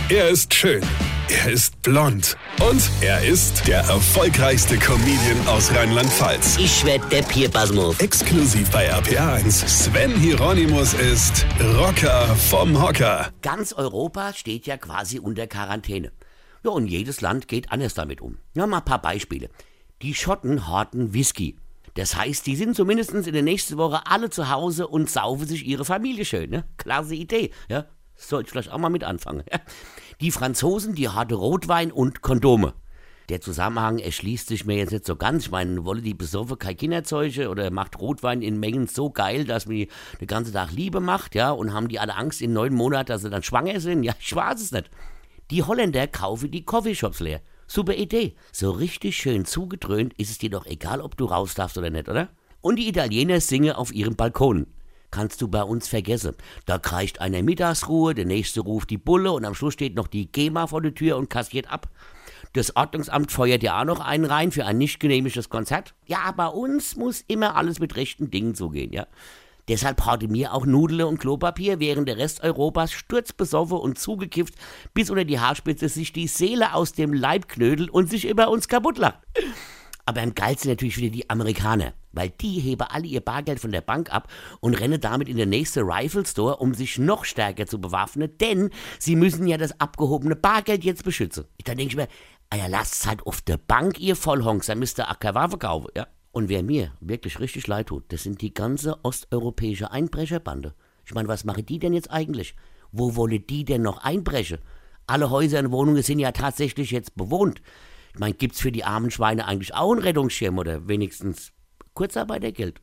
Er ist schön. Er ist blond. Und er ist der erfolgreichste Comedian aus Rheinland-Pfalz. Ich werd der Pierpasmus. Exklusiv bei RPA1. Sven Hieronymus ist Rocker vom Hocker. Ganz Europa steht ja quasi unter Quarantäne. Ja, und jedes Land geht anders damit um. Ja, mal ein paar Beispiele. Die Schotten horten Whisky. Das heißt, die sind zumindest in der nächsten Woche alle zu Hause und saufen sich ihre Familie schön. Ne? Klasse Idee. Ja? Sollte ich vielleicht auch mal mit anfangen. Ja? Die Franzosen, die horten Rotwein und Kondome. Der Zusammenhang erschließt sich mir jetzt nicht so ganz. Ich meine, wolle die besoffen kein Kinderzeuge oder macht Rotwein in Mengen so geil, dass mir den ganzen Tag Liebe macht, ja, und haben die alle Angst in 9 Monaten, dass sie dann schwanger sind? Ja, ich weiß es nicht. Die Holländer kaufen die Coffeeshops leer. Super Idee. So richtig schön zugedröhnt ist es dir doch egal, ob du raus darfst oder nicht, oder? Und die Italiener singen auf ihren Balkonen. Kannst du bei uns vergessen. Da kreischt einer Mittagsruhe, der nächste ruft die Bulle und am Schluss steht noch die GEMA vor der Tür und kassiert ab. Das Ordnungsamt feuert ja auch noch einen rein für ein nicht genehmigtes Konzert. Ja, bei uns muss immer alles mit rechten Dingen zugehen, ja. Deshalb horte mir auch Nudeln und Klopapier, während der Rest Europas sturzbesoffen und zugekifft bis unter die Haarspitze sich die Seele aus dem Leib knödelt und sich über uns kaputt lacht. Aber am geilsten natürlich wieder die Amerikaner, weil die heben alle ihr Bargeld von der Bank ab und rennen damit in den nächsten Rifle Store, um sich noch stärker zu bewaffnen, denn sie müssen ja das abgehobene Bargeld jetzt beschützen. Dann denke ich mir, ja, lasst halt auf der Bank, ihr Vollhonks, dann müsst ihr auch keine Waffe kaufen, ja. Und wer mir wirklich richtig leid tut, das sind die ganze osteuropäische Einbrecherbande. Ich meine, was machen die denn jetzt eigentlich? Wo wollen die denn noch einbrechen? Alle Häuser und Wohnungen sind ja tatsächlich jetzt bewohnt. Ich meine, gibt's für die armen Schweine eigentlich auch einen Rettungsschirm oder wenigstens Kurzarbeitergeld?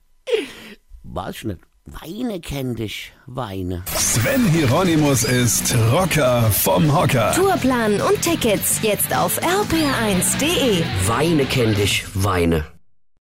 Weiß ich nicht. Weine kenn dich, Weine. Sven Hieronymus ist Rocker vom Hocker. Tourplan und Tickets jetzt auf rpr1.de. Weine kenn dich, Weine.